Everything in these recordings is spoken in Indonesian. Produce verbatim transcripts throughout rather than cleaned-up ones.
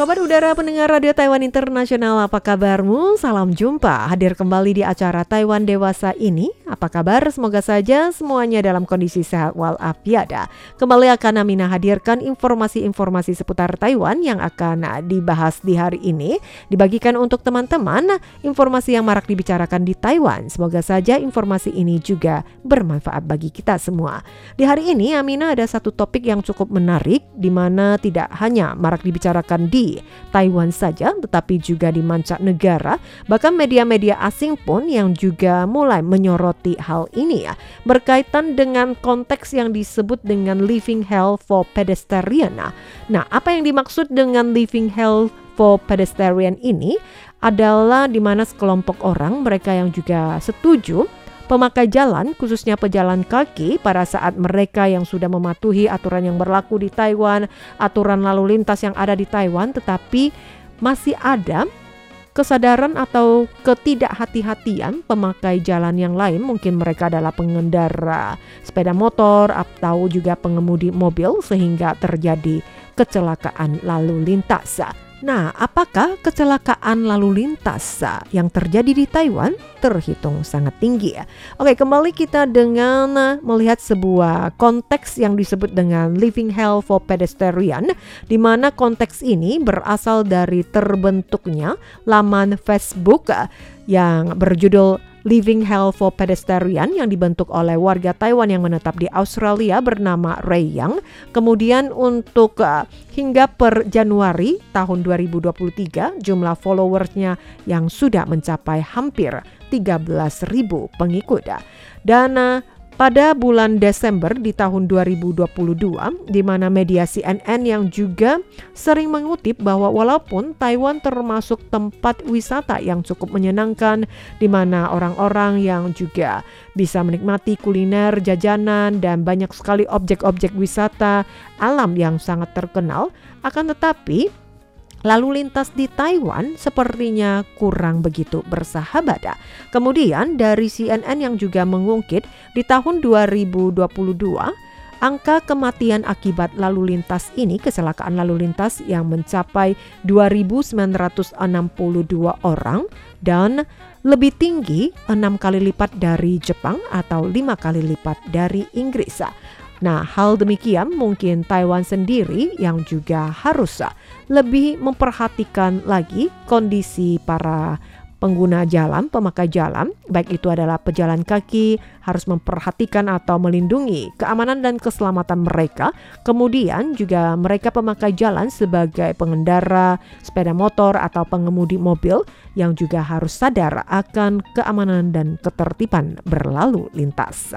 Sobat udara pendengar Radio Taiwan Internasional, apa kabarmu? Salam jumpa, hadir kembali di acara Taiwan Dewasa ini. Apa kabar? Semoga saja semuanya dalam kondisi sehat walafiat. Kembali akan Amina hadirkan informasi-informasi seputar Taiwan yang akan dibahas di hari ini, dibagikan untuk teman-teman, informasi yang marak dibicarakan di Taiwan. Semoga saja informasi ini juga bermanfaat bagi kita semua. Di hari ini Amina ada satu topik yang cukup menarik, di mana tidak hanya marak dibicarakan di Taiwan saja, tetapi juga di mancanegara. Bahkan media-media asing pun yang juga mulai menyoroti hal ini ya, berkaitan dengan konteks yang disebut dengan living hell for pedestrian. Nah, apa yang dimaksud dengan living hell for pedestrian ini adalah di mana sekelompok orang, mereka yang juga setuju pemakai jalan, khususnya pejalan kaki, pada saat mereka yang sudah mematuhi aturan yang berlaku di Taiwan, aturan lalu lintas yang ada di Taiwan, tetapi masih ada kesadaran atau ketidakhati-hatian pemakai jalan yang lain. Mungkin mereka adalah pengendara sepeda motor atau juga pengemudi mobil, sehingga terjadi kecelakaan lalu lintas. Nah, apakah kecelakaan lalu lintas yang terjadi di Taiwan terhitung sangat tinggi ya? Oke, kembali kita dengan melihat sebuah konteks yang disebut dengan living hell for pedestrian, di mana konteks ini berasal dari terbentuknya laman Facebook yang berjudul Living Hell for Pedestrian yang dibentuk oleh warga Taiwan yang menetap di Australia bernama Ray Yang. Kemudian untuk uh, hingga per Januari tahun dua ribu dua puluh tiga, jumlah followersnya yang sudah mencapai hampir tiga belas ribu pengikut. Dan uh, pada bulan Desember di tahun dua ribu dua puluh dua, di mana media C N N yang juga sering mengutip bahwa walaupun Taiwan termasuk tempat wisata yang cukup menyenangkan, di mana orang-orang yang juga bisa menikmati kuliner, jajanan, dan banyak sekali objek-objek wisata alam yang sangat terkenal, akan tetapi lalu lintas di Taiwan sepertinya kurang begitu bersahabat. Kemudian dari C N N yang juga mengungkit di tahun dua ribu dua puluh dua, angka kematian akibat lalu lintas ini, kecelakaan lalu lintas yang mencapai dua ribu sembilan ratus enam puluh dua orang dan lebih tinggi enam kali lipat dari Jepang atau lima kali lipat dari Inggris. Nah, hal demikian mungkin Taiwan sendiri yang juga harus lebih memperhatikan lagi kondisi para pengguna jalan, pemakai jalan, baik itu adalah pejalan kaki, harus memperhatikan atau melindungi keamanan dan keselamatan mereka. Kemudian juga mereka pemakai jalan sebagai pengendara sepeda motor atau pengemudi mobil yang juga harus sadar akan keamanan dan ketertiban berlalu lintas.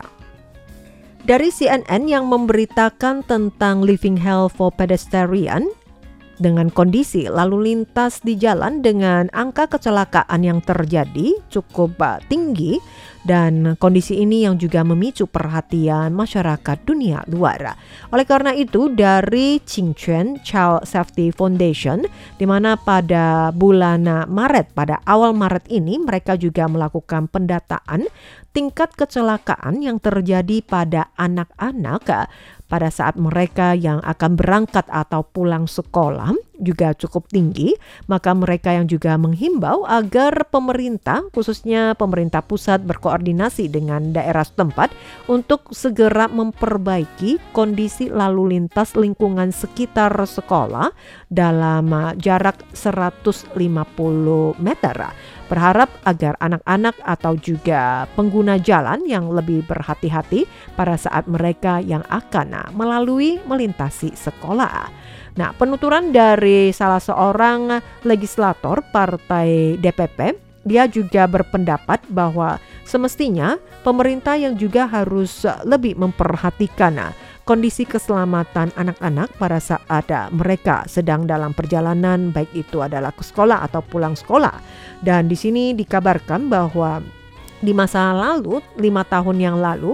Dari C N N yang memberitakan tentang living hell for pedestrian, dengan kondisi lalu lintas di jalan dengan angka kecelakaan yang terjadi cukup tinggi, dan kondisi ini yang juga memicu perhatian masyarakat dunia luar. Oleh karena itu, dari Qingquan Child Safety Foundation, di mana pada bulan Maret, pada awal Maret ini mereka juga melakukan pendataan tingkat kecelakaan yang terjadi pada anak-anak pada saat mereka yang akan berangkat atau pulang sekolah juga cukup tinggi. Maka mereka yang juga menghimbau agar pemerintah, khususnya pemerintah pusat, berkoordinasi dengan daerah setempat untuk segera memperbaiki kondisi lalu lintas lingkungan sekitar sekolah dalam jarak seratus lima puluh meter. Berharap agar anak-anak atau juga pengguna jalan yang lebih berhati-hati pada saat mereka yang akan melalui melintasi sekolah. Nah, penuturan dari salah seorang legislator partai D P P, dia juga berpendapat bahwa semestinya pemerintah yang juga harus lebih memperhatikan kondisi keselamatan anak-anak pada saat mereka sedang dalam perjalanan, baik itu adalah ke sekolah atau pulang sekolah. Dan di sini dikabarkan bahwa di masa lalu, lima tahun yang lalu,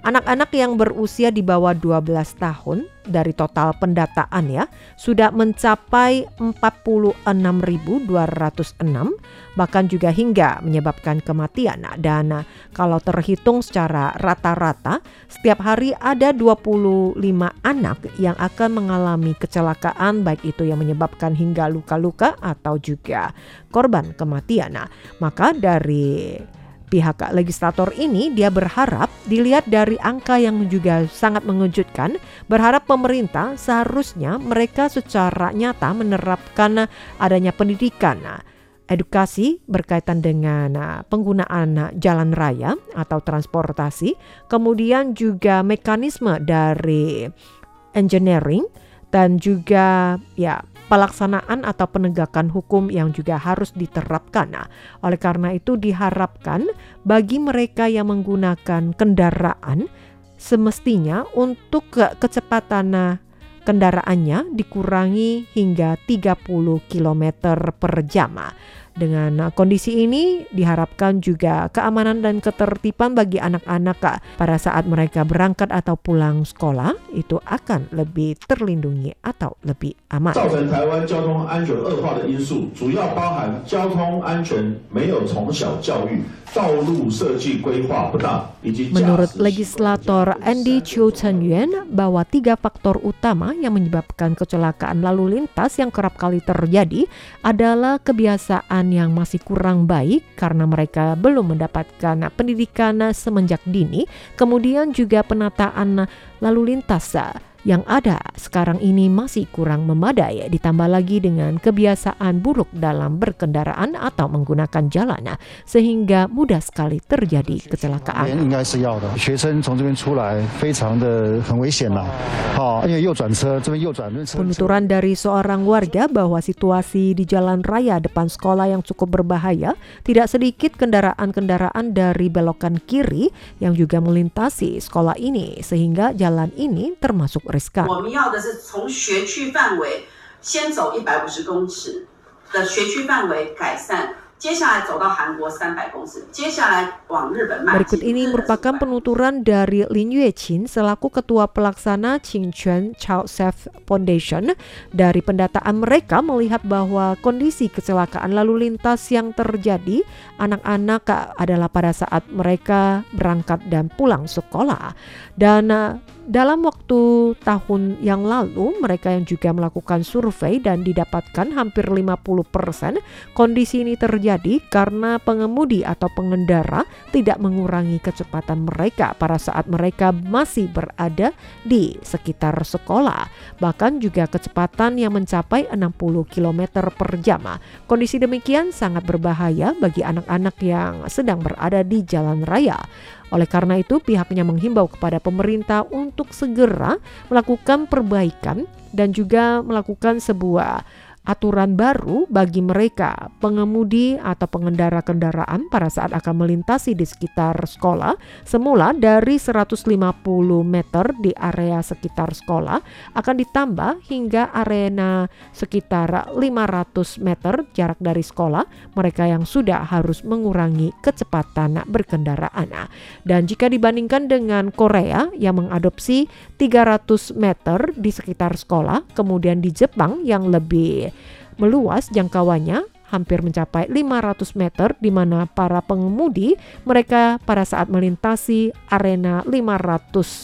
Anak-anak yang berusia di bawah dua belas tahun dari total pendataan ya sudah mencapai empat puluh enam ribu dua ratus enam, bahkan juga hingga menyebabkan kematian. Dan kalau terhitung secara rata-rata, setiap hari ada dua puluh lima anak yang akan mengalami kecelakaan, baik itu yang menyebabkan hingga luka-luka atau juga korban kematian. Nah, maka dari pihak legislator ini dia berharap, dilihat dari angka yang juga sangat mengejutkan, berharap pemerintah seharusnya mereka secara nyata menerapkan adanya pendidikan, edukasi berkaitan dengan penggunaan jalan raya atau transportasi, kemudian juga mekanisme dari engineering dan juga ya pelaksanaan atau penegakan hukum yang juga harus diterapkan. Nah, oleh karena itu diharapkan bagi mereka yang menggunakan kendaraan semestinya untuk kecepatan kendaraannya dikurangi hingga tiga puluh kilometer per jam. Dengan kondisi ini diharapkan juga keamanan dan ketertiban bagi anak-anak pada saat mereka berangkat atau pulang sekolah itu akan lebih terlindungi atau lebih aman. Menurut legislator Andy Chiu Chen-yuan bahwa tiga faktor utama yang menyebabkan kecelakaan lalu lintas yang kerap kali terjadi adalah kebiasaan yang masih kurang baik karena mereka belum mendapatkan pendidikan semenjak dini, kemudian juga penataan lalu lintas yang ada sekarang ini masih kurang memadai, ditambah lagi dengan kebiasaan buruk dalam berkendaraan atau menggunakan jalan sehingga mudah sekali terjadi kecelakaan. Penuturan dari seorang warga bahwa situasi di jalan raya depan sekolah yang cukup berbahaya, tidak sedikit kendaraan-kendaraan dari belokan kiri yang juga melintasi sekolah ini sehingga jalan ini termasuk riskan. 我们要的是从学区范围先走一百五十公尺的学区范围改善，接下来走到韩国三百公尺，接下来往日本迈进。 Berikut ini merupakan penuturan dari Lin Yuechin selaku Ketua Pelaksana Qingquan Child Safe Foundation. Dari pendataan mereka melihat bahwa kondisi kecelakaan lalu lintas yang terjadi anak-anak adalah pada saat mereka berangkat dan pulang sekolah. Dan dalam waktu tahun yang lalu mereka yang juga melakukan survei dan didapatkan hampir lima puluh persen kondisi ini terjadi karena pengemudi atau pengendara tidak mengurangi kecepatan mereka pada saat mereka masih berada di sekitar sekolah, bahkan juga kecepatan yang mencapai enam puluh kilometer per jam. Kondisi demikian sangat berbahaya bagi anak-anak yang sedang berada di jalan raya. Oleh karena itu pihaknya menghimbau kepada pemerintah untuk segera melakukan perbaikan dan juga melakukan sebuah aturan baru bagi mereka pengemudi atau pengendara kendaraan pada saat akan melintasi di sekitar sekolah. Semula dari seratus lima puluh meter di area sekitar sekolah akan ditambah hingga arena sekitar lima ratus meter jarak dari sekolah mereka yang sudah harus mengurangi kecepatan berkendaraan. Dan jika dibandingkan dengan Korea yang mengadopsi tiga ratus meter di sekitar sekolah, kemudian di Jepang yang lebih meluas jangkauannya hampir mencapai lima ratus meter, di mana para pengemudi mereka pada saat melintasi arena lima ratus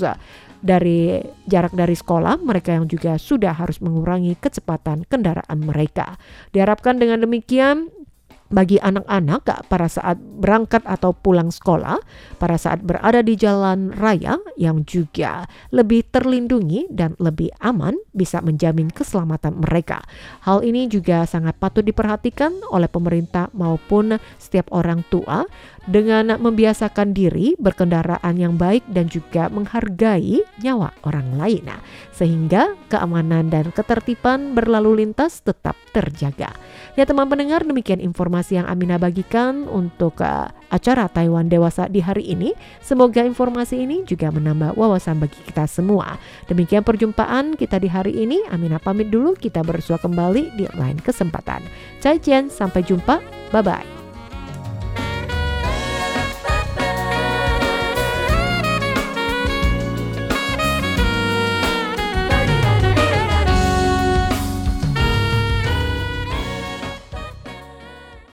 dari jarak dari sekolah mereka yang juga sudah harus mengurangi kecepatan kendaraan mereka. Diharapkan dengan demikian bagi anak-anak pada saat berangkat atau pulang sekolah, pada saat berada di jalan raya yang juga lebih terlindungi dan lebih aman, bisa menjamin keselamatan mereka. Hal ini juga sangat patut diperhatikan oleh pemerintah maupun setiap orang tua dengan membiasakan diri berkendaraan yang baik dan juga menghargai nyawa orang lain, nah, sehingga keamanan dan ketertiban berlalu lintas tetap terjaga. Ya teman pendengar, demikian informasi yang Aminah bagikan untuk uh, acara Taiwan Dewasa di hari ini. Semoga informasi ini juga menambah wawasan bagi kita semua. Demikian perjumpaan kita di hari ini. Aminah pamit dulu, kita bersua kembali di lain kesempatan. Zaijian, sampai jumpa, bye-bye.